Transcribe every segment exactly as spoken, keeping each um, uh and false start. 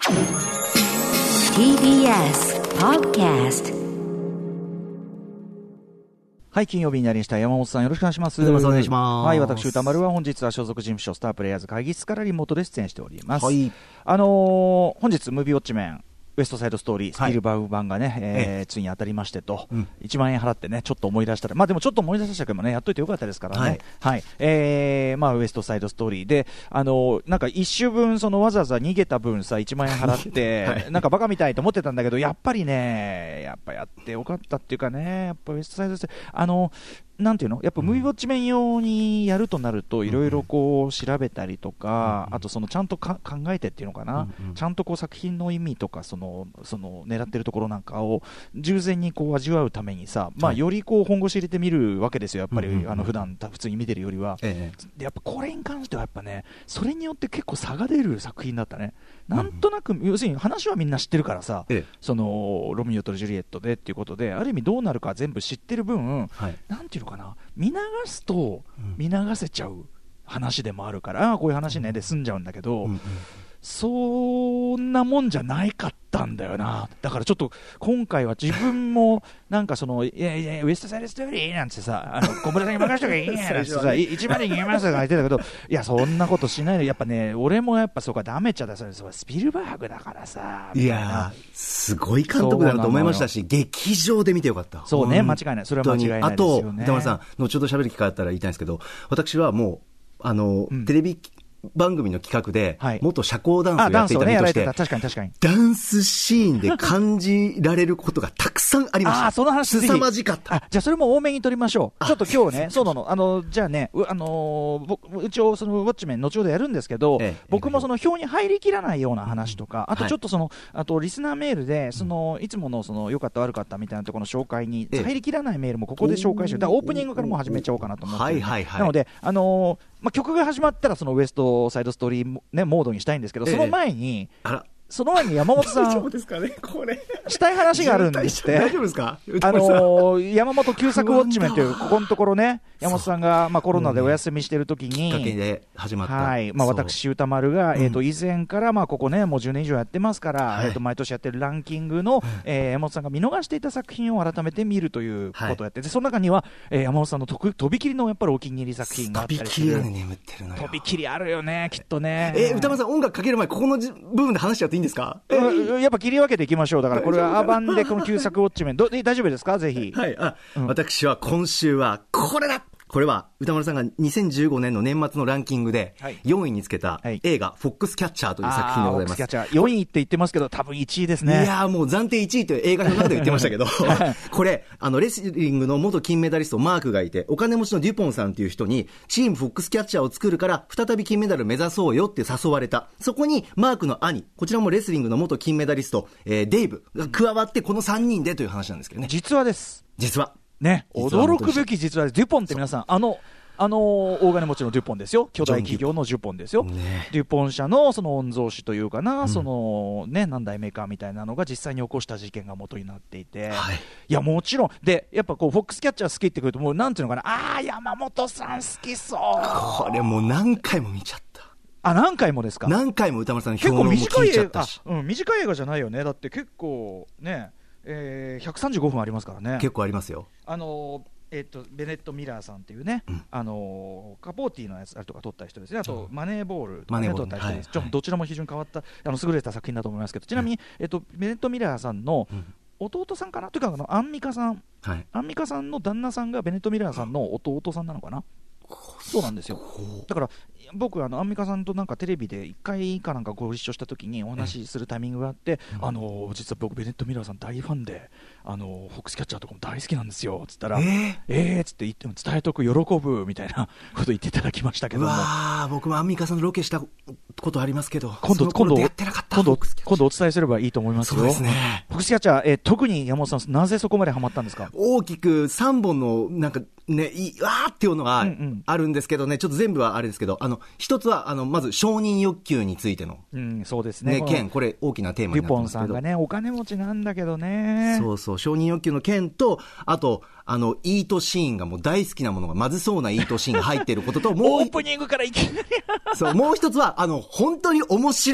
ティービーエス Podcast。 はい、金曜日になりました。山本さん、よろしくお願いします。 お願いします。 はい、私歌丸は本日は所属事務所スタープレイヤーズ会議室からリモートで出演しております。 はい、 あのー、本日ムービーウォッチメンウエストサイドストーリー、スピルバーグ版がね、はい、えーええ、ついに当たりましてと、うん、いちまんえん払ってね、ちょっと思い出したら、まあでもちょっと思い出したけどもね、やっといてよかったですからね。はい。はい、えー、まあウエストサイドストーリーで、あのー、なんか一週分、そのわざわざ逃げた分さ、いちまんえん払って、はい、なんかバカみたいと思ってたんだけど、やっぱりね、やっぱやってよかったっていうかね、やっぱウエストサイドストーリー、あのー、なんていうのやっぱムービーウォッチメン用にやるとなるといろいろこう調べたりとか、うん、あとそのちゃんとか考えてっていうのかな、うんうん、ちゃんとこう作品の意味とかそのその狙ってるところなんかを従前にこう味わうためにさ、まあ、よりこう本腰入れて見るわけですよやっぱり、うんうん、あの普段普通に見てるよりは、ええ、でやっぱこれに関してはやっぱねそれによって結構差が出る作品だったね。なんとなく、うん、要するに話はみんな知ってるからさ、ええ、そのロミオとジュリエットでっていうことである意味どうなるか全部知ってる分、はい、なんていうのかな見流すと見流せちゃう話でもあるから、うん、あこういう話ねで済んじゃうんだけど、うんうん、そんなもんじゃないかったんだよな。だからちょっと今回は自分もなんかそのいやいやウエストサイドストーリーなんてさあの小室さんに任せとかいいやなんてさ一番に逃げますとか言ってたけどいやそんなことしないでやっぱね俺もやっぱそうかダメちゃだそれスピルバーグだからさいやすごい監督だなと思いましたし劇場で見てよかった。 そうね間違いないそれは間違いないですよね。 あと歌丸さん後ほど喋る機会あったら言いたいんですけど私はもうあの、うん、テレビ番組の企画で、はい、元社交ダンスをやっていた身として、 ね、確かに確かにダンスシーンで感じられることがたくさんありました。 あその話凄まじかった。 あじゃあそれも多めに取りましょう。ちょっと今日ねそうなのあのじゃあねあのー、一応そのウォッチメン後ほどやるんですけど、ええ、僕もその表に入りきらないような話とか、うん、あとちょっとその、はい、あとリスナーメールでそのいつものその良かった悪かったみたいなところの紹介に入りきらないメールもここで紹介してる。だからオープニングからもう始めちゃおうかなと思って、ね、はいはいはい、なのであのーまあ、曲が始まったらそのウエストサイドストーリー、ね、モードにしたいんですけど、ええ、その前にあらその前に山本さん大丈夫ですかねこれしたい話があるんですって。 大丈夫ですかあのー、山本旧作ウォッチメンというここのところね山本さんが、まあ、コロナでお休みしてる時にきっかけで始まった、 はいまあ、私歌丸が、えー、と以前からまあここねもうじゅうねん以上やってますから、はいえー、と毎年やってるランキングの、えー、山本さんが見逃していた作品を改めて見るということをやって、はい、でその中には、えー、山本さんのとくとびきりのやっぱりお気に入り作品があったりする。 とびきりがね眠ってるのよ。 とびきりあるよねきっとね。 えー、歌丸さん音楽かける前ここの部分で話しちゃっていいんですか。 えーやっぱ切り分けていきましょう。だからこれはアバンでこの旧作ウォッチメンど大丈夫ですかぜひ。 はいあ、うん、私は今週はこれだこれは歌丸さんがにせんじゅうごねんの年末のランキングでよんいにつけた映画フォックスキャッチャーという作品でございます。フォックスキャッチャーよんいって言ってますけど多分いちいですね。 いやーもう暫定いちいという映画の中で言ってましたけどこれあのレスリングの元金メダリストマークがいてお金持ちのデュポンさんという人にチームフォックスキャッチャーを作るから再び金メダル目指そうよって誘われた。そこにマークの兄こちらもレスリングの元金メダリスト、えー、デイブが加わってこのさんにんでという話なんですけどね。 実はです実はね驚くべき実はです。デュポンって皆さんあのあの大金持ちのデュポンですよ。巨大企業のデュポンですよ、ね、デュポン社のその御曹司というかな、うん、そのね何代目かみたいなのが実際に起こした事件が元になっていて、はい、いやもちろんでやっぱこうフォックスキャッチャー好きってくるともうなんていうのかなあー山本さん好きそうこれもう何回も見ちゃった。 あ何回もですか。 何回も歌丸さんの評論も聞いちゃったし。 結構短い映画、うん、短い映画じゃないよね。だって結構ね、えー、ひゃくさんじゅうごふんありますからね。 結構ありますよ。 あのーえー、とベネット・ミラーさんっていうね、うんあのー、カポーティのやつあれとか撮った人ですね。あと、うん、マネーボールとか、ね、撮った人です、はい、どちらも非常に変わったあの優れた作品だと思いますけど、ちなみに、うんえー、とベネット・ミラーさんの弟さんかな、うん、というかあのアンミカさん、はい、アンミカさんの旦那さんがベネット・ミラーさんの弟さんなのかな。そうなんですよ。だから僕あのアンミカさんとなんかテレビでいっかいかなんかご一緒した時にお話しするタイミングがあって、うん、あの実は僕ベネット・ミラーさん大ファンであのフォックスキャッチャーとかも大好きなんですよつったらえー、えー、つって言っても伝えとく喜ぶみたいなこと言っていただきましたけども。 うわ僕もアンミカさんのロケしたことありますけど今度今度やってなかった今度今度お伝えすればいいと思いますよ。 そうですね。 フォックスキャッチャー、えー、特に山本さんなぜそこまでハマったんですか。 大きくさんぼんのなんかねいわーっていうのがあるんですけどね、うんうん、ちょっと全部はあれですけどあの一つはあのまず承認欲求についての、 うん、そうですね、 ね件これ大きなテーマになってますけどデュポンさんがねお金持ちなんだけどね。 そうそう承認欲求の件とあとあのイートシーンがもう大好きなものがまずそうなイートシーンが入っていることともうオープニングからいきなりそうもう一つはあの本当に面白い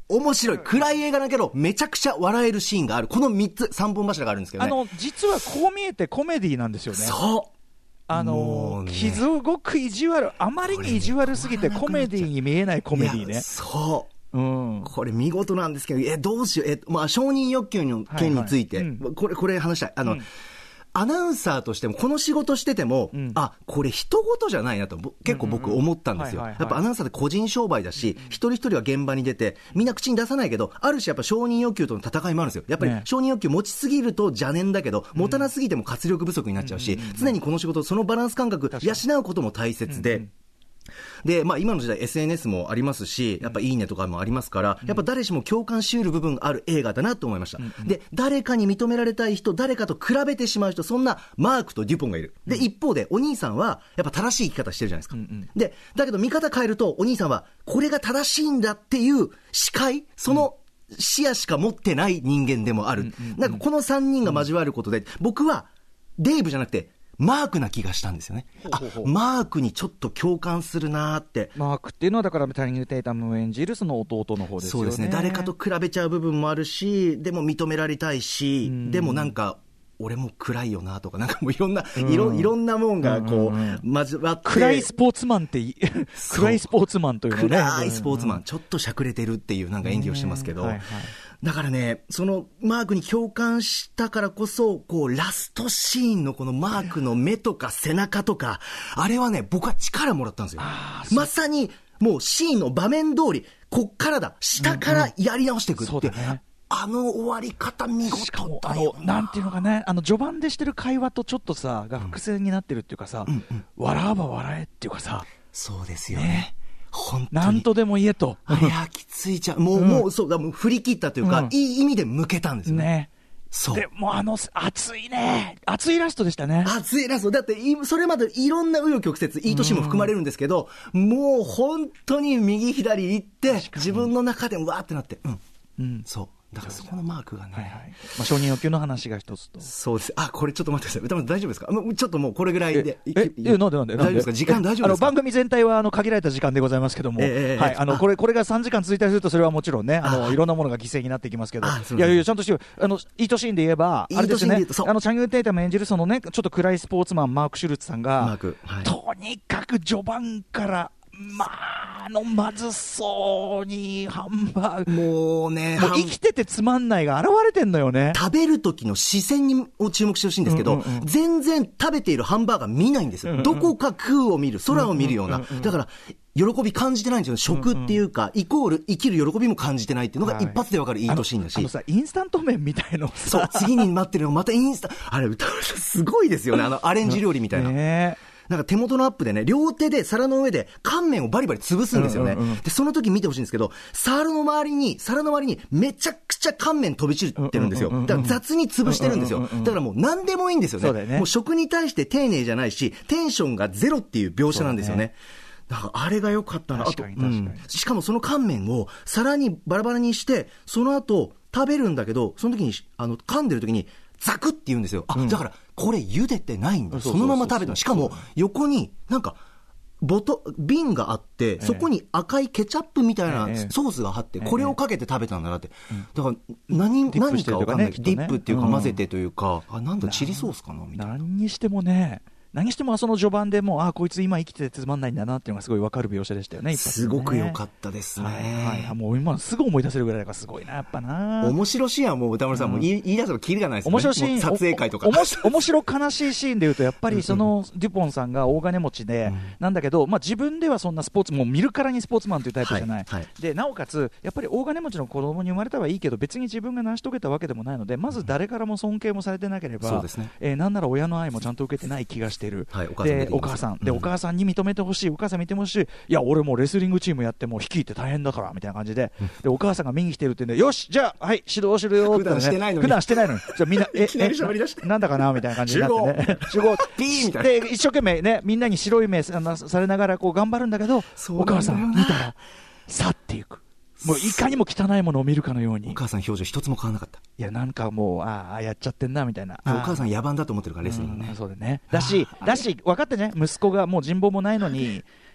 面白い暗い映画だけどめちゃくちゃ笑えるシーンがある。このみっつさんぼん柱があるんですけどね。 あの実はこう見えてコメディなんですよね。 そうあのー、ね、すごく意地悪、あまりに意地悪すぎてコメディに見えないコメディね。 そう、 うん、 これ見事なんですけど、えどうしよう、え、まあ、承認欲求の件について、はいはい、うん、これこれ話したい。あの、うん、アナウンサーとしてもこの仕事してても、うん、あこれ人事じゃないなと結構僕思ったんですよ。やっぱアナウンサーって個人商売だし、うん、一人一人は現場に出てみんな口に出さないけど、ある種やっぱ承認欲求との戦いもあるんですよ。やっぱり承認欲求持ちすぎると邪念だけど、持たなすぎても活力不足になっちゃうし、うん、常にこの仕事そのバランス感覚養うことも大切で、うんうん、で、まあ、今の時代 エスエヌエス もありますし、やっぱいいねとかもありますから、やっぱ誰しも共感しうる部分がある映画だなと思いました。うんうん、で、誰かに認められたい人、誰かと比べてしまう人、そんなマークとデュポンがいる。で、一方でお兄さんはやっぱ正しい生き方してるじゃないですか。うんうん、で、だけど見方変えるとお兄さんはこれが正しいんだっていう視界、その視野しか持ってない人間でもある。うんうんうん、なんかこのさんにんが交わることで、僕はデイブじゃなくてマークな気がしたんですよね。あ、ほうほう、マークにちょっと共感するなーって。 マークっていうのはだからタニング・テイタム演じるその弟の方ですよね。 そうですね。誰かと比べちゃう部分もあるし、でも認められたいし、でもなんか俺も暗いよなとか、なんかもういろんな、うん、いろいろんなもんがこう交わって、 暗いスポーツマンって暗いスポーツマンというのね。 暗いスポーツマン、ちょっとしゃくれてるっていうなんか演技をしてますけど。はいはい、だからね、そのマークに共感したからこそ、こう、ラストシーンのこのマークの目とか背中とか、あれはね、僕は力もらったんですよ。まさに、もうシーンの場面通り、こっからだ、下からやり直していくって、うんうん、そうだね。あの終わり方見事だよな。 なんていうのかね、あの序盤でしてる会話とちょっとさ、が伏線になってるっていうかさ、うんうんうん、笑わば笑えっていうかさ。 そうですよね。ね、 本当になんとでも言えと。 いや、きついちゃう。もう、うん、もう、そうだ、もう振り切ったというか、うん、いい意味で向けたんですよね。ね、 そう。でもあの、熱いね。熱いラストでしたね。 熱いラスト。だって、それまでいろんな紆余曲折、いい年も含まれるんですけど、うん、もう本当に右左行って、自分の中でわーってなって、うん。うん、そう。だからそこのマークがね、はいはい、 まあ、承認欲求の話が一つと。 そうです。あ、これちょっと待ってください。歌丸さん大丈夫ですか？もうちょっともうこれぐらいで。 え、え、えなんでなんで大丈夫ですか？時間大丈夫ですか？あの番組全体はあの限られた時間でございますけども、えー、はい、あのこれこれがさんじかん続いたりするとそれはもちろんね、あのいろんなものが犠牲になってきますけど、いやいやちゃんとしてあのいい年シーンで言えばあれですね、あのチャンギュー・テイタム演じるそのねちょっと暗いスポーツマンマーク・シュルツさんが、はい、とにかく序盤からまあ、あのまずそうにハンバーグもうね、 もう生きててつまんないが現れてんのよね。 食べる時の視線にを注目してほしいんですけど、うんうんうん、全然食べているハンバーガー見ないんですよ、うんうん、どこか空を見る、空を見るような、うんうんうんうん、だから喜び感じてないんですよ。食っていうか、うんうん、イコール生きる喜びも感じてないっていうのが一発でわかるいい年だし、 あのさインスタント麺みたいのさ、そう次に待ってるのまたインスタあれ歌う人すごいですよね、あのアレンジ料理みたいな、ね、なんか手元のアップでね、両手で皿の上で乾麺をバリバリ潰すんですよね、うんうんうん、でその時見てほしいんですけど、皿の周りに皿の周りにめちゃくちゃ乾麺飛び散ってるんですよ。だから雑に潰してるんですよ。だからもう何でもいいんですよ ね, そうだよね。もう食に対して丁寧じゃないし、テンションがゼロっていう描写なんですよね。だからあれが良かったな。 確かに確かに、うん、 しかもその乾麺を皿にバラバラにしてその後食べるんだけど、その時にあの噛んでる時にザクって言うんですよ。あ、うん、だからこれ茹でてないんだ、そのまま食べたの。しかも横になんかボト瓶があって、ええ、そこに赤いケチャップみたいなソースがあって、ええ、これをかけて食べたんだなって、ええ、だから 何, 何か分かんないけど、ディップっていうか混ぜてというか、うん、あなんだチリソースかなみたいな。 何にしてもね、何してもその序盤でもう、あこいつ今生きててつまんないんだなっていうのがすごい分かる描写でしたよね。一発ね、 すごく良かったですね、 はいはい、もう今すぐ思い出せるぐらいだからすごいなやっぱな。 面白シーンはもう歌丸さんも言い、うん、言い出すとキリがないですよね。面白シーン、撮影会とかおお面白悲しいシーンでいうとやっぱりそのデュポンさんが大金持ちで、うん、なんだけど、まあ、自分ではそんなスポーツもう見るからにスポーツマンというタイプじゃない、はいはい、でなおかつやっぱり大金持ちの子供に生まれたはいいけど別に自分が成し遂げたわけでもないので、まず誰からも尊敬もされてなければ、うん、そうですね、えー、なんなら親の愛もちゃんと受けてない気がしている、はい、お母さんでお母さんで、うん、お母さんに認めてほしい、お母さん見てほしい、いや俺もうレスリングチームやってもう率いて大変だからみたいな感じで、うん、でお母さんが見に来てるって言うんで、よしじゃあはい指導するよって、ね、 普段してないのに普段してないのにじゃあみんなええなんだかなみたいな感じになってね集合ピーみたいなで一生懸命ねみんなに白い目されながらこう頑張るんだけど、お母さん見たら去っていく。もういかにも汚いものを見るかのように。 お母さん表情一つも変わらなかった。 いやなんかもうああやっちゃってんなみたいな。 お母さん野蛮だと思ってるからレスリングね。 そうだね。だしだし分かってね、息子がもう人望もないのに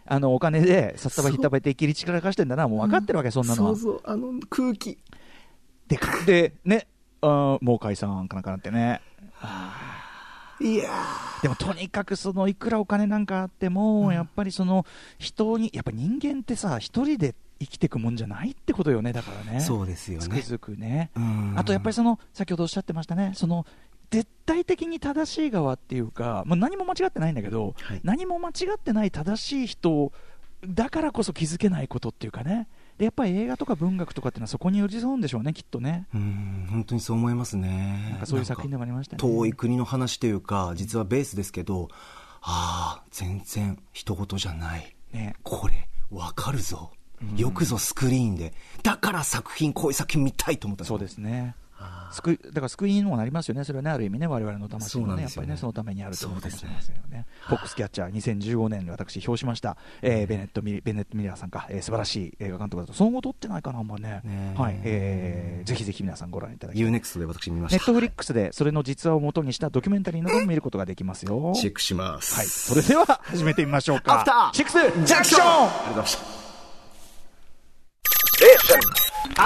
あのお金で札束ひったばいて切り散らかしてんだな、もう分かってるわけ、そんなのは。 そうそう、あの空気ででね、あもう解散かなんかなんてね。 いやでもとにかくそのいくらお金なんかあっても、うん、やっぱりその人にやっぱ人間ってさ一人で生きていくもんじゃないってことよね。だからね、 そうですよね、 つくづくね。あとやっぱりその先ほどおっしゃってましたね、その絶対的に正しい側っていうか、もう何も間違ってないんだけど、はい、何も間違ってない正しい人だからこそ気づけないことっていうかね。でやっぱり映画とか文学とかってのはそこに寄り添うんでしょうね、きっとね。 うん、本当にそう思いますね。 なんかそういう作品でもありましたね。 遠い国の話というか、実はベースですけど、ああ全然人事じゃない、ね、これわかるぞ、よくぞスクリーンで、だから作品こういう作品見たいと思った。 そうですね。救いだから救いにもなりますよね、それはね、ある意味ね、我々の魂もね、やっぱりね、そのためにあると思うかもしれませんよね。フォックスキャッチャーにせんじゅうごねんに私表しました、えー、ベネットミベネットミラーさんか、えー、素晴らしい映画監督だと、その後撮ってないかな、あんまね、はい、えー、ぜひぜひ皆さんご覧いただきたい。 ユーネクストで私見ました。 ネットフリックスでそれの実話を元にしたドキュメンタリーなども見ることができますよ。 チェックします。 はい、それでは始めてみましょうか。 アフターシックスジャンクション。ありがとうございました。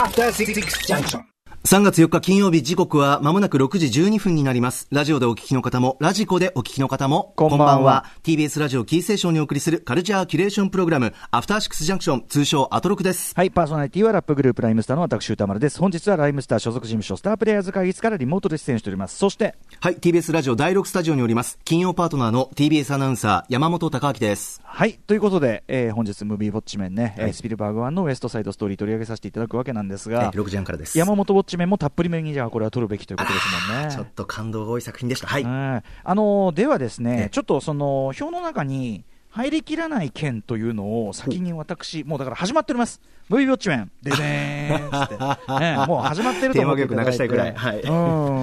アフターシックスジャンクション。さんがつよっか金曜日、時刻は間もなくろくじじゅうにふんになります。ラジオでお聞きの方も、ラジコでお聞きの方も、 こんばんは。こんばんは。 ティービーエス ラジオキーステーションにお送りするカルチャーキュレーションプログラム、アフターシックスジャンクション、通称アトロクです。 はい、パーソナリティはラップグループライムスターの私歌丸です。本日はライムスター所属事務所スタープレイヤーズ会議室からリモートで出演しております。そしてはい、 ティービーエス ラジオだいろくスタジオにおります金曜パートナーの ティービーエス アナウンサー山本貴明です。 はい、ということで、えー、本日ムービーウォッチメンね、はい、スピルバーグワンのウエストサイドストーリー取り上げさせていただくわけなんですが、 はい、ろくじはんからです。 山本ウォッチメンもたっぷりめにじゃあこれは撮るべきということですもんね。 ちょっと感動が多い作品でした。はい、 うん、あのー、ではですね、ちょっとその表の中に入りきらない件というのを先に私、もうだから始まっております。ムービーウォッチメンでねーって、ね、もう始まってると思っていただいて、 テーマ曲流したいくらい、はい、 うん、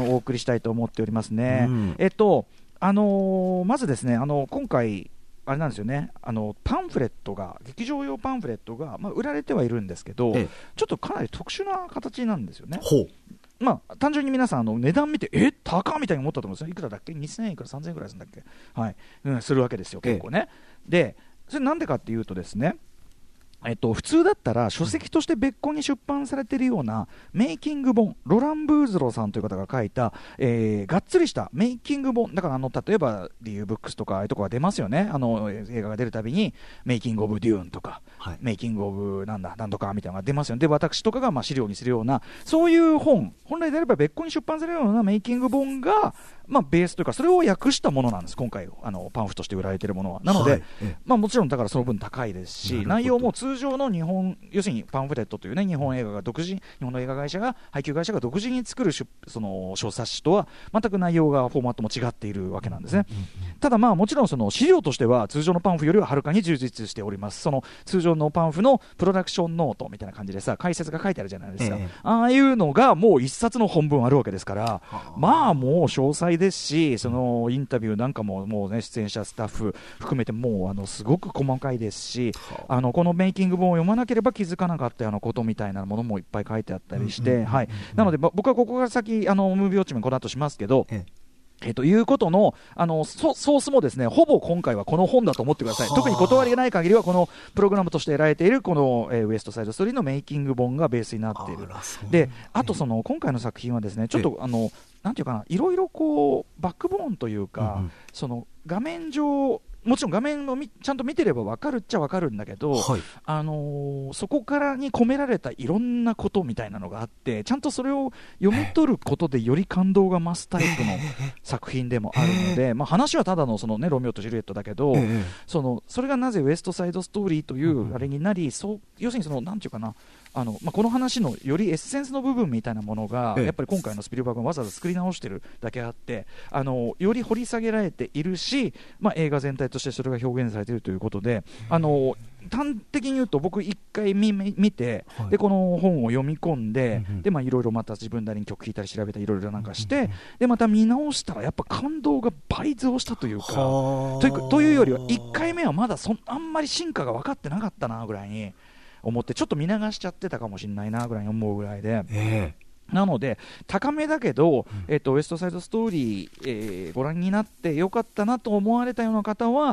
お送りしたいと思っておりますね。うん、えっとあのー、まずですね、あの今回あれなんですよね、あのパンフレットが劇場用パンフレットが、まあ、売られてはいるんですけど、ええ、ちょっとかなり特殊な形なんですよね。 ほう、 まあ、単純に皆さんあの値段見てえ高みたいに思ったと思うんですよ。いくらだっけ、にせんえんいくらさんぜんえんぐらいするんだっけ、はい、うん、するわけですよ結構ね、ええ、でそれなんでかっていうとですね、えっと、普通だったら書籍として別個に出版されているようなメイキング本、ロラン・ブーズローさんという方が書いた、えー、がっつりしたメイキング本だから、あの例えばリューブックスとかああいうとこが出ますよね。あの映画が出るたびにメイキングオブデューンとか、はい、メイキングオブなんだなんとかみたいなのが出ますよね。で私とかがまあ資料にするようなそういう本、本来であれば別個に出版されるようなメイキング本がまあ、ベースというかそれを訳したものなんです、今回あのパンフとして売られているものは。なので、はい、まあ、もちろんだからその分高いですし、内容も通常の日本、要するにパンフレットというね、日本映画が独自、日本の映画会社が配給会社が独自に作るその小冊子とは全く内容がフォーマットも違っているわけなんですね。ただまあもちろんその資料としては通常のパンフよりははるかに充実しております。その通常のパンフのプロダクションノートみたいな感じでさ、解説が書いてあるじゃないですか、ええ、ああいうのがもう一冊の本文あるわけですから、まあもう詳細ですし、そのインタビューなんかももう、ね、出演者スタッフ含めてもうあのすごく細かいですし、あのこのメイキング本を読まなければ気づかなかったようなことみたいなものもいっぱい書いてあったりして、なので、ま、僕はここから先あのムービーウォッチメンこの後しますけど、えええー、ということの、あの ソ, ソースもですね、ほぼ今回はこの本だと思ってください。特に断りがない限りはこのプログラムとして得られているこの、えー、ウエストサイドストーリーのメイキング本がベースになっている。で、あとその今回の作品はですね、ちょっとあのなんていうかな、いろいろこうバックボーンというか、うんうん、その画面上もちろん画面をちゃんと見てれば分かるっちゃ分かるんだけど、はい、あのー、そこからに込められたいろんなことみたいなのがあって、ちゃんとそれを読み取ることでより感動が増すタイプの作品でもあるので、まあ、話はただのその、ね、ロミオとジュリエットだけど、そのそれがなぜウエストサイドストーリーというあれになり、そう要するにそのなんていうかな、あのまあ、この話のよりエッセンスの部分みたいなものが、やっぱり今回のスピルバーグがわざわざ作り直してるだけあって、あのより掘り下げられているし、まあ、映画全体としてそれが表現されているということで、あの端的に言うと僕一回 見, 見て、はい、でこの本を読み込んで、うんうん、でまあいろいろまた自分なりに曲弾いたり調べたりいろいろなんかして、うんうん、でまた見直したらやっぱ感動が倍増したというか、という、というよりはいっかいめはまだそあんまり進化が分かってなかったなぐらいに思って、ちょっと見流しちゃってたかもしれないなぐらいに思うぐらいで、えーなので高めだけど、えー、とウエストサイドストーリー、えー、ご覧になってよかったなと思われたような方は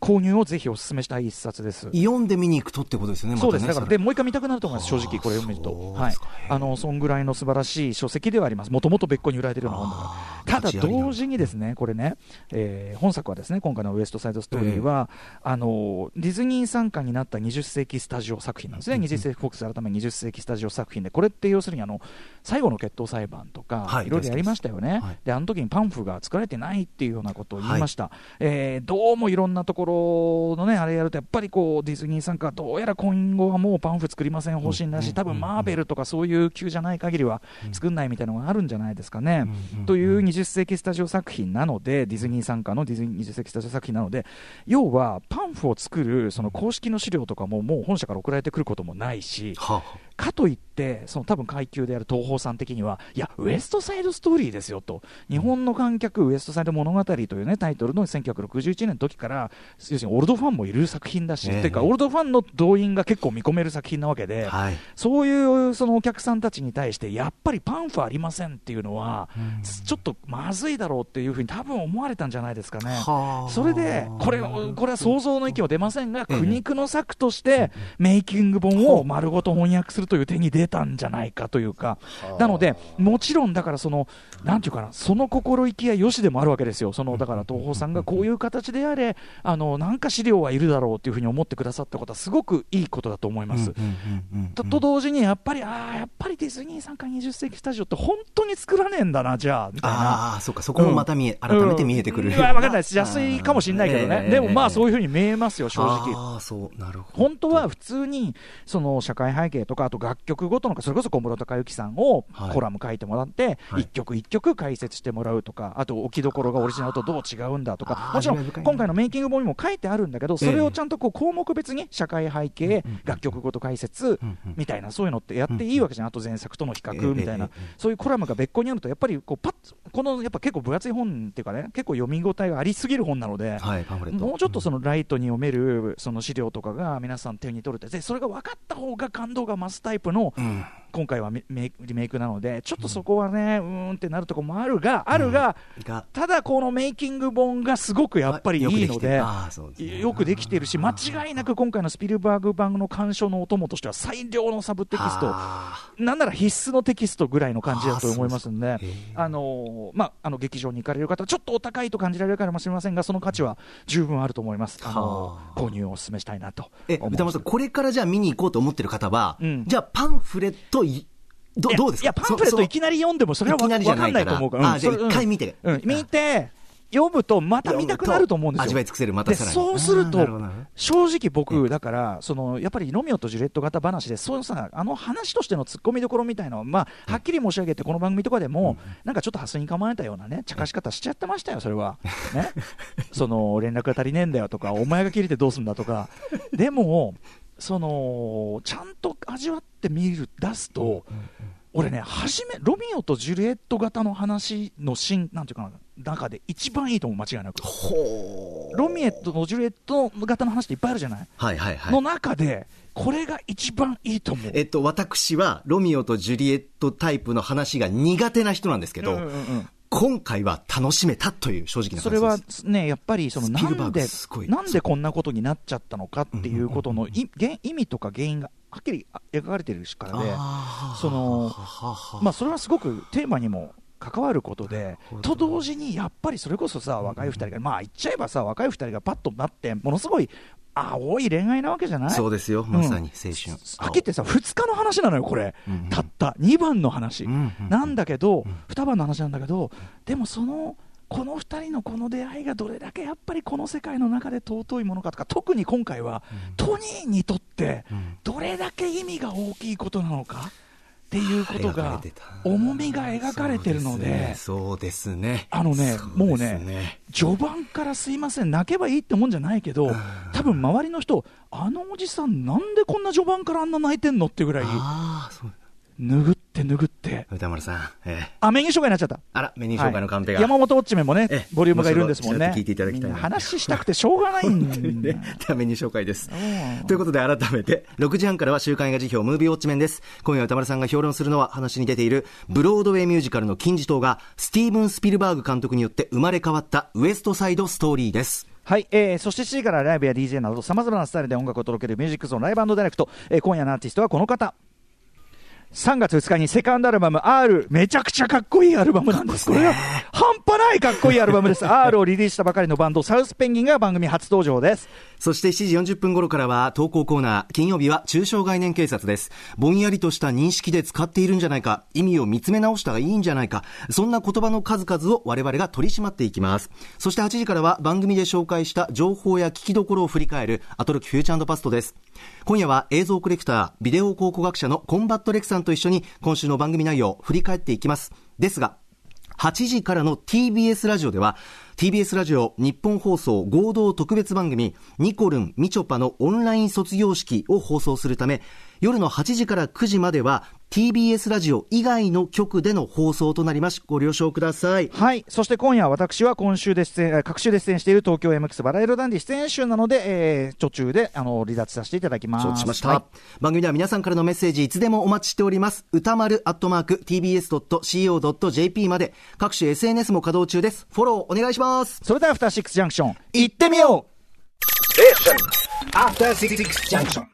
購入をぜひお勧めしたい一冊です。 読んで見に行くとってことですよね。またね、 そうです。だからでもう一回見たくなると思います。正直これ読めると、はい、あのそんぐらいの素晴らしい書籍ではあります。もともと別個に売られているような本だから。ただ同時にですね、これね、えー、本作はですね、今回のウエストサイドストーリーは、えー、あのディズニー傘下になったにじゅっ世紀スタジオ作品なんですね。にじゅっ世紀フォックス改めにじゅっ世紀スタジオ作品で、これって要するにあの最後の決闘裁判とか、はい、いろいろやりましたよね。はい、であの時にパンフが作られてないっていうようなことを言いました。はい、えー、どうもいろんなところのねあれやるとやっぱりこうディズニー傘下どうやら今後はもうパンフ作りません方針だし、多分マーベルとかそういう級じゃない限りは作んないみたいなのがあるんじゃないですかね。というにじゅっ世紀スタジオ作品なので、ディズニー傘下のディズニーにじゅっ世紀スタジオ作品なので、要はパンフを作るその公式の資料とかももう本社から送られてくることもないし、はあ、かといってその多分階級である東宝さん的にはいやウエストサイドストーリーですよと、日本の観客ウエストサイド物語というねタイトルのせんきゅうひゃくろくじゅういちねんの時から要するにオールドファンもいる作品だし、えー、っていうかオールドファンの動員が結構見込める作品なわけで、はい、そういうそのお客さんたちに対してやっぱりパンフありませんっていうのは、うん、ちょっとまずいだろうっていうふうに多分思われたんじゃないですかね。それでこれこれは想像の域は出ませんが、苦肉の策としてメイキング本を丸ごと翻訳するという手に出たんじゃないかというか、なのでもちろんだからそのなんていうかな、その心意気やよしでもあるわけですよ。そのだから東宝さんがこういう形であれあのなんか資料はいるだろうというふうに思ってくださったことはすごくいいことだと思います。と, と同時にやっぱりああやっぱりディズニー傘下にじゅっ世紀スタジオって本当に作らねえんだなじゃあみたいな。 ああそうか、そこもまた見え、うん、改めて見えてくる、 うん、分かんないです。安いかもしれないけどね、えー、でもまあそういうふうに見えますよ正直。 あそうなるほど。 本当は普通にその社会背景とかあと楽曲ごとのそれこそ小室孝之さんをコラム書いてもらって、はい、一曲一曲解説してもらうとか、あと置きどころがオリジナルとどう違うんだとか、もちろん今回のメイキング本にも書いてあるんだけど、それをちゃんとこう項目別に社会背景、えー、楽曲ごと解説みたいなそういうのってやっていいわけじゃん。あと前作との比較みたいな、そういうコラムが別個にあるとやっぱりこうパッこのやっぱ結構分厚い本っていうかね、結構読み応えがありすぎる本なので、はい、もうちょっとそのライトに読めるその資料とかが皆さん手に取れて、それが分かった方が感動が増すタイプの、うん、今回はメイクリメイクなのでちょっとそこはね、うん、うーんってなるところもあるがあるが、うん、ただこのメイキング本がすごくやっぱりいいのでよくできているし、間違いなく今回のスピルバーグ版の鑑賞のお供としては最良のサブテキスト、なんなら必須のテキストぐらいの感じだと思いますので、あのまああの劇場に行かれる方ちょっとお高いと感じられるかもしれませんが、その価値は十分あると思います。あの購入をお勧めしたいなと。 え歌丸さん、これからじゃあ見に行こうと思ってる方は、うん、じゃあパンフレットど, どうですか。 いやパンフレットいきなり読んでもそれは分かんないと思うから、 あじゃあ一回見て、 うんうん、見て読むとまた見たくなると思うんですよ。 味わい尽くせる。またさらにそうすると正直僕だからそのやっぱりロミオとジュリエット型話でそうさあの話としてのツッコミどころみたいなのは、まあ、はっきり申し上げてこの番組とかでもなんかちょっとハスに構えたようなね茶化し方しちゃってましたよ。それはねその連絡が足りねえんだよとかお前が切れてどうすんだとかでもそのちゃんと味わってみる出すと俺ね初めロミオとジュリエット型の話のシーンなんていうかな中で一番いいと思う。間違いなくロミエットとジュリエット型の話っていっぱいあるじゃない、はいはいはい、の中でこれが一番いいと思う。 えっと私はロミオとジュリエットタイプの話が苦手な人なんですけど、うんうんうん、今回は楽しめたという正直な感じです。 それはねやっぱりそのなんでなんでこんなことになっちゃったのかっていうことの意味とか原因がはっきり描かれてるからで、そのまあそれはすごくテーマにも関わることで、と同時にやっぱりそれこそさ若いふたりが、まあ言っちゃえばさ若いふたりがパッとなってものすごい青い恋愛なわけじゃない。 そうですよ、まさに青春、うん、はっきり言ってさふつかの話なのよこれ、うんうん、たったにばんの話、うんうん、なんだけど、うん、にばんの話なんだけど、でもそのこのふたりのこの出会いがどれだけやっぱりこの世界の中で尊いものかとか、特に今回は、うん、トニーにとってどれだけ意味が大きいことなのかっていうことが重みが描かれてるので、 そうですね、 あのねもうね序盤からすいません泣けばいいってもんじゃないけど、多分周りの人あのおじさんなんでこんな序盤からあんな泣いてんのってぐらい拭って拭って歌丸さん、えー、 あメニュー紹介になっちゃった。 あらメニュー紹介のカンペが、 はい、山本ウォッチメンもね、 えボリュームがいるんですもんね。 聞いていただきたいな、 話したくてしょうがないんでではメニュー紹介です。ということで改めてろくじはんからは週刊映画辞表ムービーウォッチメンです。今夜歌丸さんが評論するのは話に出ているブロードウェイミュージカルの金字塔がスティーブン・スピルバーグ監督によって生まれ変わったウエストサイドストーリーです。 はい、えー、そしてしちじからライブや ディージェー などさまざまなスタイルで音楽を届けるミュージックゾーンライブ&ダイレクト、えー、今夜のアーティストはこの方。さんがつふつかにセカンドアルバム R、 めちゃくちゃかっこいいアルバムなんです。これは半端ないかっこいいアルバムです。R をリリースしたばかりのバンドサウスペンギンが番組初登場です。 そしてしちじよんじゅっぷん頃からは投稿コーナー、金曜日は中小概念警察です。ぼんやりとした認識で使っているんじゃないか、意味を見つめ直したらいいんじゃないか、そんな言葉の数々を我々が取り締まっていきます。そしてはちじからは番組で紹介した情報や聞きどころを振り返るアトロックフューチャー&パストです。今夜は映像コレクター、ビデオ考古学者のコンバットレクさんと一緒に今週の番組内容を振り返っていきます。ですがはちじからの ティービーエス ラジオでは ティービーエス ラジオ日本放送合同特別番組ニコルンみちょぱのオンライン卒業式を放送するため、夜のはちじからくじまでは ティービーエス ラジオ以外の局での放送となります。ご了承ください。 はい。そして今夜私は今週で出演、各週で出演している東京 エムエックス バラ色ダンディ出演集なので、えー、途中であの離脱させていただきます。 承知しました、 はい、 番組では皆さんからのメッセージいつでもお待ちしております。歌丸アットマーク ティービーエスドットシーオードットジェーピー まで各種 エスエヌエス も稼働中です。フォローお願いします。 それではアフターシックスジャンクション行ってみよう。 アフターシックスジャンクション